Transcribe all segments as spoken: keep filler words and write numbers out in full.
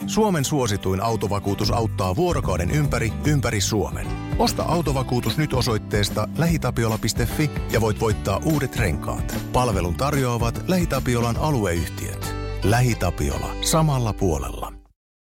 Suomen suosituin autovakuutus auttaa vuorokauden ympäri, ympäri Suomen. Osta autovakuutus nyt osoitteesta lähitapiola piste fi ja voit voittaa uudet renkaat. Palvelun tarjoavat LähiTapiolan alueyhtiöt. LähiTapiola. Samalla puolella.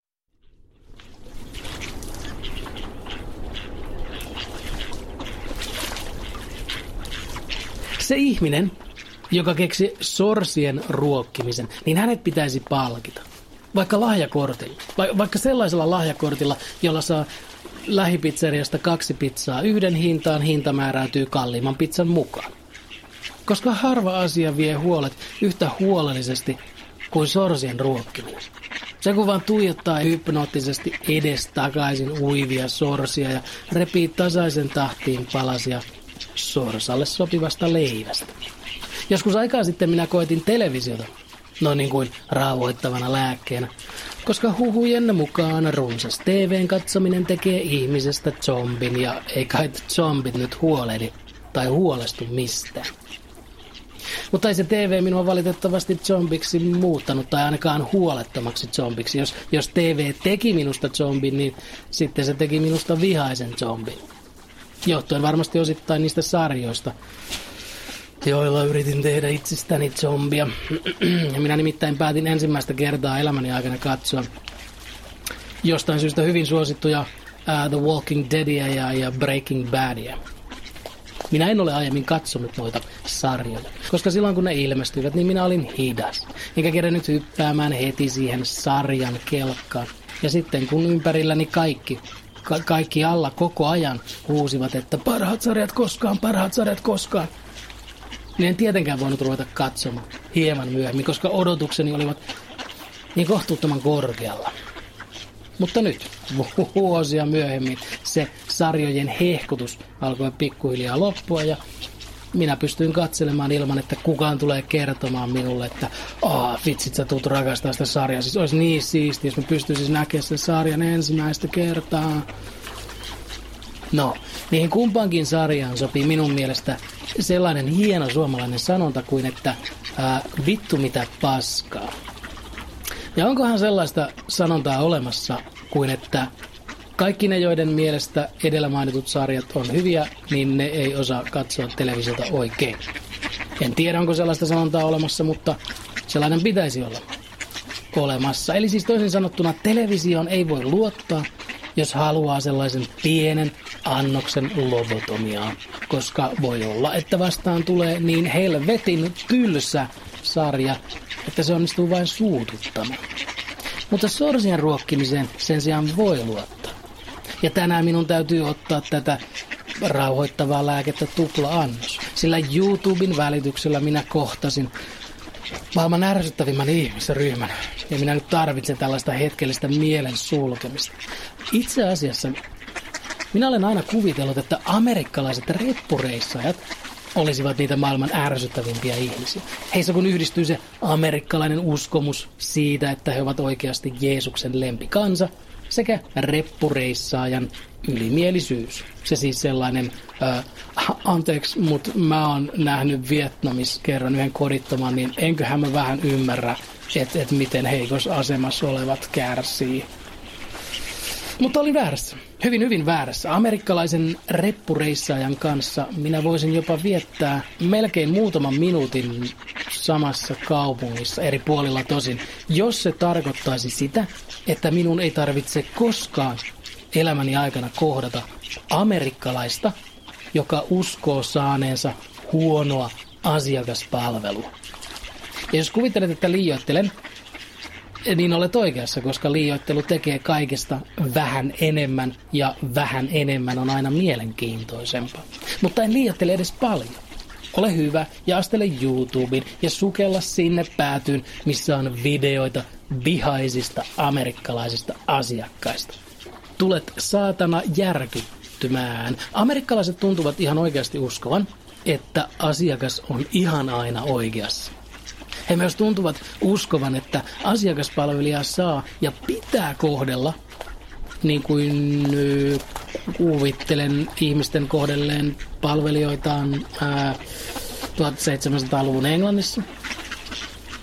Se ihminen, joka keksi sorsien ruokkimisen, niin hänet pitäisi palkita. Vaikka lahjakortilla. Va- vaikka sellaisella lahjakortilla, jolla saa lähipizzeriasta kaksi pizzaa yhden hintaan, hinta määräytyy kalliimman pizzan mukaan. Koska harva asia vie huolet yhtä huolellisesti kuin sorsien ruokkiminen. Se kun vaan tuijottaa hypnoottisesti edestakaisin uivia sorsia ja repii tasaisen tahtiin palasia sorsalle sopivasta leivästä. Joskus aikaa sitten minä koetin televisiota, noin niin kuin rauhoittavana lääkkeenä, koska huhujen mukaan runsas T V:n katsominen tekee ihmisestä zombin ja ei kai zombit nyt huolehdi tai huolestu mistään. Mutta ei se T V minua valitettavasti zombiksi muuttanut tai ainakaan huolettomaksi zombiksi. Jos, jos T V teki minusta zombin, niin sitten se teki minusta vihaisen zombin. Johtuen varmasti osittain niistä sarjoista, joilla yritin tehdä itsestäni zombia. Ja minä nimittäin päätin ensimmäistä kertaa elämäni aikana katsoa jostain syystä hyvin suosittuja uh, The Walking Deadia ja, ja Breaking Badia. Minä en ole aiemmin katsonut noita sarjoja, koska silloin kun ne ilmestyivät, niin minä olin hidas. Enkä kerennyt hyppäämään heti siihen sarjan kelkkaan. Ja sitten kun ympärilläni kaikki, ka- kaikki alla koko ajan huusivat, että parhaat sarjat koskaan, parhaat sarjat koskaan, niin en tietenkään voinut ruveta katsomaan hieman myöhemmin, koska odotukseni olivat niin kohtuuttoman korkealla. Mutta nyt, vuosia myöhemmin, se sarjojen hehkutus alkoi pikkuhiljaa loppua ja minä pystyin katselemaan ilman, että kukaan tulee kertomaan minulle, että aah, vitsit, sä tuut rakastaa sitä sarjaa. Siis olisi niin siistiä, jos mä pystyisin näkemään sen sarjan ensimmäistä kertaa. No, niihin kumpaankin sarjaan sopii minun mielestä sellainen hieno suomalainen sanonta kuin, että ää, vittu mitä paskaa. Ja onkohan sellaista sanontaa olemassa kuin, että kaikki ne, joiden mielestä edellä mainitut sarjat on hyviä, niin ne ei osaa katsoa televisiota oikein. En tiedä, onko sellaista sanontaa olemassa, mutta sellainen pitäisi olla olemassa. Eli siis toisin sanottuna televisioon ei voi luottaa, jos haluaa sellaisen pienen annoksen lobotomiaa, koska voi olla, että vastaan tulee niin helvetin tylsä sarja, että se onnistuu vain suututtamaan. Mutta sorsien ruokkimiseen sen sijaan voi luottaa. Ja tänään minun täytyy ottaa tätä rauhoittavaa lääkettä tupla-annos, sillä YouTuben välityksellä minä kohtasin maailman ärsyttävimmän ihmisryhmän, ja minä nyt tarvitsen tällaista hetkellistä mielen sulkemista. Itse asiassa minä olen aina kuvitellut, että amerikkalaiset reppureissajat olisivat niitä maailman ärsyttävimpiä ihmisiä. Heissä kun yhdistyy se amerikkalainen uskomus siitä, että he ovat oikeasti Jeesuksen lempikansa, sekä reppureissaajan ylimielisyys. Se siis sellainen, äh, anteeksi, mutta mä oon nähnyt Vietnamissa kerran yhden kodittoman, niin enköhän mä vähän ymmärrä, että et miten heikossa asemassa olevat kärsii. Mutta oli väärässä. Hyvin, hyvin väärässä. Amerikkalaisen reppureissaajan kanssa minä voisin jopa viettää melkein muutaman minuutin samassa kaupungissa, eri puolilla tosin, jos se tarkoittaisi sitä, että minun ei tarvitse koskaan elämäni aikana kohdata amerikkalaista, joka uskoo saaneensa huonoa asiakaspalvelua. Ja jos kuvittelet, että liioittelen, niin olet oikeassa, koska liioittelu tekee kaikesta vähän enemmän ja vähän enemmän on aina mielenkiintoisempaa. Mutta en liioittele edes paljon. Ole hyvä ja astele YouTubeen ja sukella sinne päätyyn, missä on videoita vihaisista amerikkalaisista asiakkaista. Tulet saatana järkyttymään. Amerikkalaiset tuntuvat ihan oikeasti uskovan, että asiakas on ihan aina oikeassa. He myös tuntuvat uskovan, että asiakaspalvelija saa ja pitää kohdella, niin kuin ö, kuvittelen ihmisten kohdelleen palvelijoitaan ää, tuhatseitsemänsataaluvun Englannissa.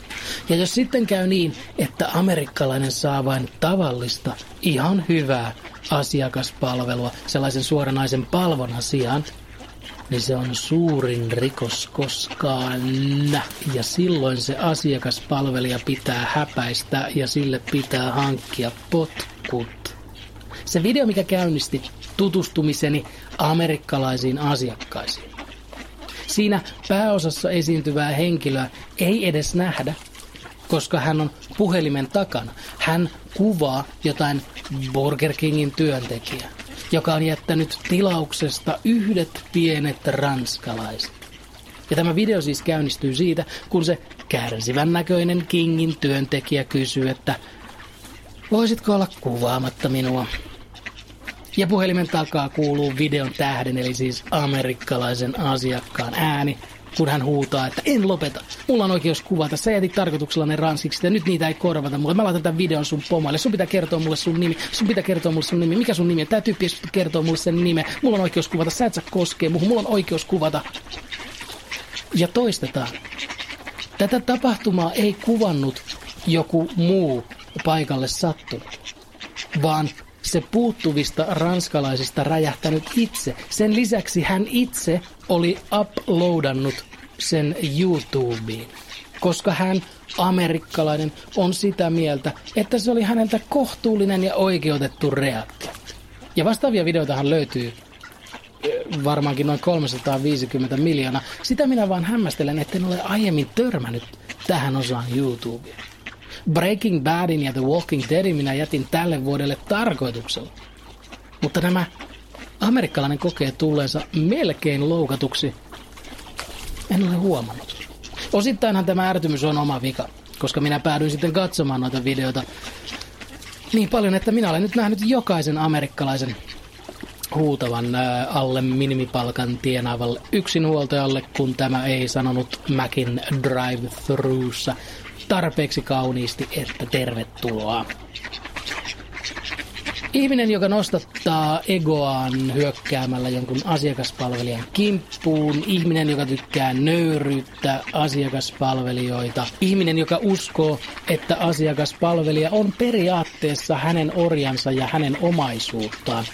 Ja jos sitten käy niin, että amerikkalainen saa vain tavallista, ihan hyvää asiakaspalvelua sellaisen suoranaisen palvonnan sijaan, niin se on suurin rikos koskaan. Ja silloin se asiakaspalvelija pitää häpäistä ja sille pitää hankkia potkut. Se video, mikä käynnisti tutustumiseni amerikkalaisiin asiakkaisiin. Siinä pääosassa esiintyvää henkilöä ei edes nähdä, koska hän on puhelimen takana. Hän kuvaa jotain Burger Kingin työntekijää, joka on jättänyt tilauksesta yhdet pienet ranskalaiset. Ja tämä video siis käynnistyy siitä, kun se kärsivän näköinen Kingin työntekijä kysyy, että voisitko olla kuvaamatta minua? Ja puhelimen takaa kuuluu videon tähden, eli siis amerikkalaisen asiakkaan ääni, kun hän huutaa, että en lopeta. Mulla on oikeus kuvata. Sä jätit tarkoituksella ne ranskiksi ja nyt niitä ei korvata mulle. Mä laitan tämän videon sun pomoille. Sun pitää kertoa mulle sun nimi. Sun pitää kertoa mulle sun nimi. Mikä sun nimi? Tää tyyppi kertoo mulle sen nimen. Mulla on oikeus kuvata. Sä et saa koskea muuhun. Mulla on oikeus kuvata. Ja toistetaan. Tätä tapahtumaa ei kuvannut joku muu paikalle sattunut, vaan se puuttuvista ranskalaisista räjähtänyt itse. Sen lisäksi hän itse oli uploadannut sen YouTubeen, koska hän, amerikkalainen, on sitä mieltä, että se oli häneltä kohtuullinen ja oikeutettu reaktio. Ja vastaavia videoitahan löytyy varmaankin noin kolmesataaviisikymmentä miljoonaa. Sitä minä vaan hämmästelen, etten ole aiemmin törmännyt tähän osaan YouTubea. Breaking Badin ja The Walking Deadin minä jätin tälle vuodelle tarkoituksella. Mutta nämä amerikkalainen kokee tulleensa melkein loukatuksi. En ole huomannut. Osittainhan tämä ärtymys on oma vika, koska minä päädyin sitten katsomaan noita videoita niin paljon, että minä olen nyt nähnyt jokaisen amerikkalaisen huutavan ää, alle minimipalkan tienaavalle yksinhuoltajalle, kun tämä ei sanonut Macin drive-thruussa tarpeeksi kauniisti, että tervetuloa. Ihminen, joka nostattaa egoaan hyökkäämällä jonkun asiakaspalvelijan kimppuun. Ihminen, joka tykkää nöyryyttää asiakaspalvelijoita. Ihminen, joka uskoo, että asiakaspalvelija on periaatteessa hänen orjansa ja hänen omaisuuttaan.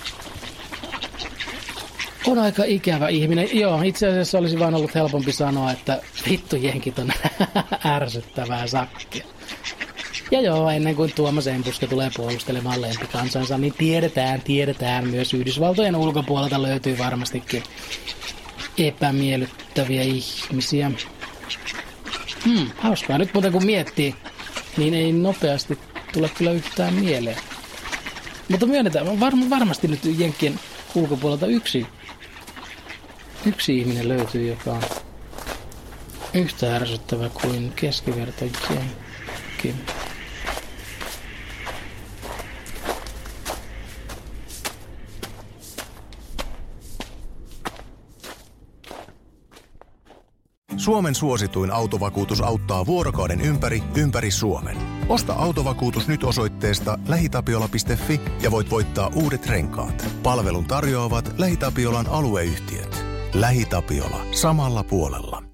On aika ikävä ihminen. Joo, itse asiassa olisi vaan ollut helpompi sanoa, että vittu jenkit on ärsyttävää sakkia. Ja joo, ennen kuin Tuomas Empuske tulee puolustelemaan lempikansansa, niin tiedetään, tiedetään myös Yhdysvaltojen ulkopuolelta löytyy varmastikin epämiellyttäviä ihmisiä. Hmm, hauskaa. Nyt muuten kun miettii, niin ei nopeasti tule kyllä yhtään mieleen. Mutta myönnetään, var- varmasti nyt jenkkien ulkopuolelta yksi, yksi ihminen löytyy, joka on yhtä ärsyttävä kuin keskiverto jenkki. Suomen suosituin autovakuutus auttaa vuorokauden ympäri, ympäri Suomen. Osta autovakuutus nyt osoitteesta lähitapiola piste fi ja voit voittaa uudet renkaat. Palvelun tarjoavat LähiTapiolan alueyhtiöt. LähiTapiola. Samalla puolella.